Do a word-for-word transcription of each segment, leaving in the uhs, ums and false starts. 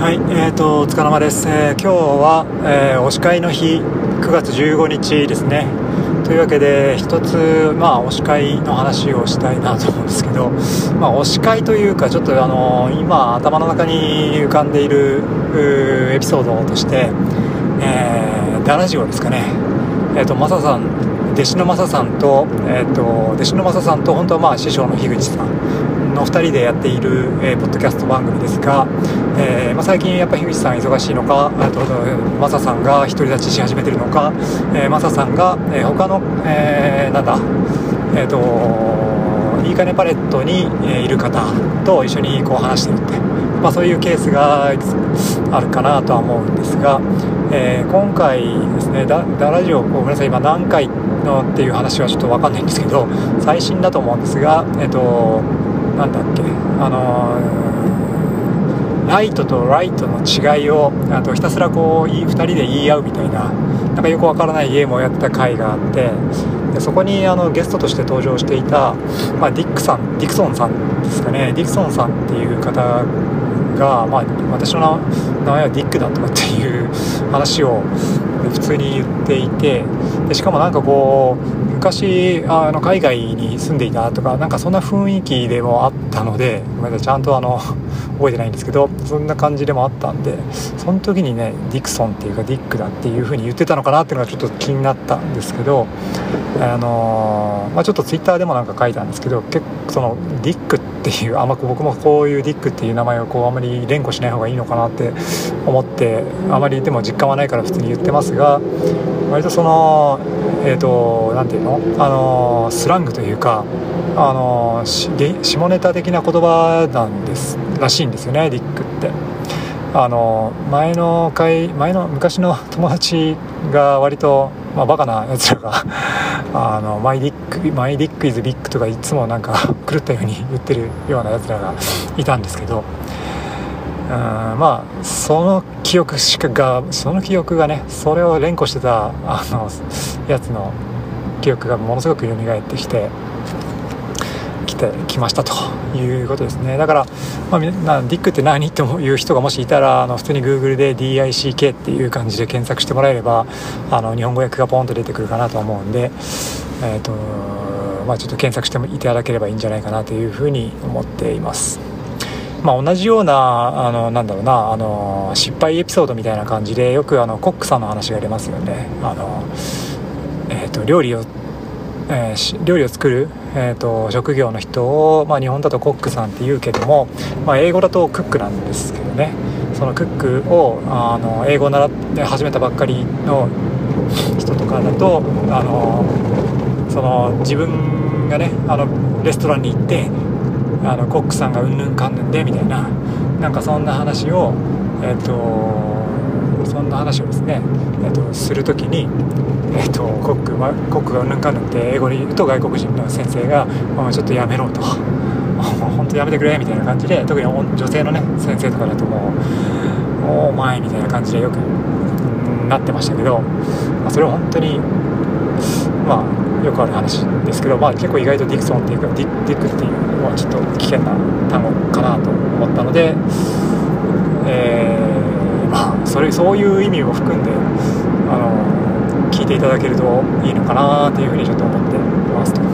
はい、えーと、お疲れ様です。えー、今日は、えー、推し会の日、くがつじゅうごにちですね。というわけで、一つ、まあ、推し会の話をしたいなと思うんですけど、まあ、推し会というか、ちょっとあのー、今、頭の中に浮かんでいるエピソードとして、えー、ダラジオですかね。えーと、マサさん、弟子のマサさんと、えーと、弟子のマサさんと、本当はまあ、師匠の樋口さんのふたりでやっている、えー、ポッドキャスト番組ですが、えーまあ、最近やっぱ樋口さん忙しいのか、あとマサさんが独り立ちし始めてるのか、えー、マサさんが、えー、他の、えー、なんだえっ、ー、といいかねパレットに、えー、いる方と一緒にこう話してるって、まあ、そういうケースがあるかなとは思うんですが、えー、今回ですね、ダ, ダラジオ、ごめんなさい、今何回のっていう話はちょっと分かんないんですけど、最新だと思うんですが、えっ、ー、となんだっけ、あのー、ライトとライトの違いをあとひたすらこうふたりで言い合うみたいな、なんかよくわからないゲームをやった回があって、でそこにあのゲストとして登場していた、まあ、ディックさんディクソンさんですかね。ディクソンさんっていう方が、まあ、私の名前はディックだとかっていう話を普通に言っていて、でしかもなんかこう昔あの海外に住んでいたとか、なんかそんな雰囲気でもあったので、ごめんなさい、ちゃんとあの覚えてないんですけど、そんな感じでもあったんで、その時にね、ディクソンっていうかディックだっていう風に言ってたのかなっていうのがちょっと気になったんですけど、あのーまあ、ちょっとツイッターでもなんか書いたんですけど、結構そのディックっていう、あんま僕もこういうディックっていう名前をこうあまり連呼しない方がいいのかなって思って、あまりでも実感はないから普通に言ってますが、割とそのえーとなんていうの、あのー、スラングというか、あのー、下ネタ的な言葉なんですらしいんですよね、ディックって。あのー、前の回前の昔の友達が割と、まあ、バカなやつらがあのマイディックマイディックイズビッグとかいつもなんか狂ったように言ってるようなやつらがいたんですけど、うん、まあその記憶しかがその記憶がね、それを連呼してたあのやつの記憶がものすごく蘇ってきてきてきましたということですね。だから、まあ、なディックって何っていう人がもしいたら、あの普通に Google で ディーアイシーケー っていう感じで検索してもらえれば、あの日本語訳がポンと出てくるかなと思うんで、えーとまあ、ちょっと検索していただければいいんじゃないかなというふうに思っています。まあ、同じようなあのなんだろうなあの失敗エピソードみたいな感じでよくあのコックさんの話が出ますよね。あの、えー、と料理を、えー、料理を作る、えー、と職業の人を、まあ、日本だとコックさんって言うけども、まあ、英語だとクックなんですけどね。そのクックをあの英語を習って始めたばっかりの人とかだと、あのその自分がねあのレストランに行ってあのコックさんがうんぬんかんぬんでみたいな、なんかそんな話をえっ、ー、とそんな話をですね、えー、とするときに、えー、とコック、ま、コックがうんぬんかんぬんって英語で言うと、外国人の先生がもうちょっとやめろと本当やめてくれみたいな感じで、特に女性のね先生とかだともうお前みたいな感じでよくなってましたけど、まあ、それは本当にまあよくある話ですけど、まあ、結構意外とディクソンっていうかディディックっていうのはちょっと危険な単語かなと思ったので、えーまあ、それそういう意味を含んであの聞いていただけるといいのかなというふうにちょっと思っていますと。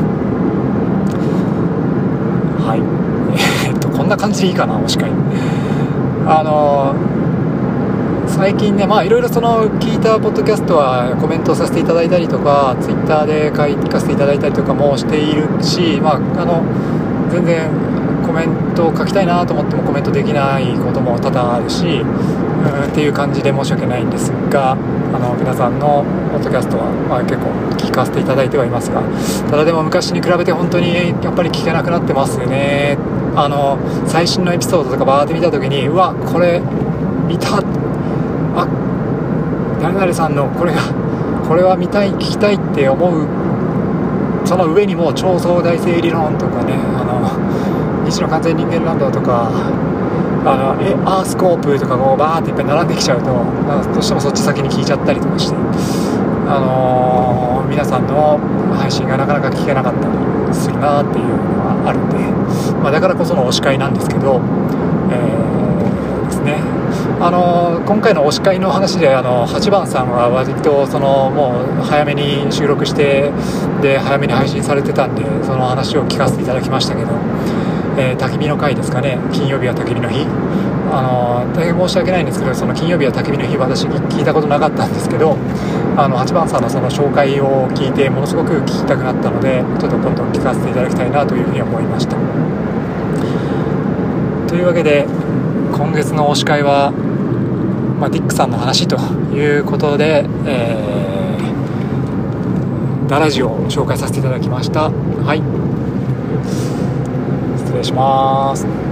はい、えー、っとこんな感じでいいかな、もしかりあの最近ね、まあいろいろその聞いたポッドキャストはコメントさせていただいたりとか、ツイッターで書かせていただいたりとかもしているし、まああの全然コメントを書きたいなと思ってもコメントできないことも多々あるし、うんっていう感じで申し訳ないんですが、あの皆さんのポッドキャストは、まあ、結構聞かせていただいてはいますが、ただでも昔に比べて本当にやっぱり聞けなくなってますよね。あの最新のエピソードとかバーって見た時に、うわこれ見た、あ、誰々さんのこれがこれは見たい聞きたいって思う、その上にも超相対性理論とかね、あの西野完全人間ランドとかあのえアースコープとかこうバーっていっぱい並んできちゃうと、どうしてもそっち先に聞いちゃったりとかして、あのー、皆さんの配信がなかなか聞けなかったりするなっていうのはあるんで、まあ、だからこその推し会なんですけど、えー、ですねあの今回の推し会の話であのはちばんさんは割とそのもう早めに収録してで早めに配信されてたんで、その話を聞かせていただきましたけど、えー、焚き火の会ですかね。金曜日は焚き火の日、あの大変申し訳ないんですけど、その金曜日は焚き火の日、私聞いたことなかったんですけど、あのはちばんさんのその紹介を聞いてものすごく聞きたくなったので、ちょっと今度聞かせていただきたいなというふうに思いました。というわけで今月の推し会は、まあ、ディックさんの話ということで、えー、ダラジオを紹介させていただきました。はい、失礼します。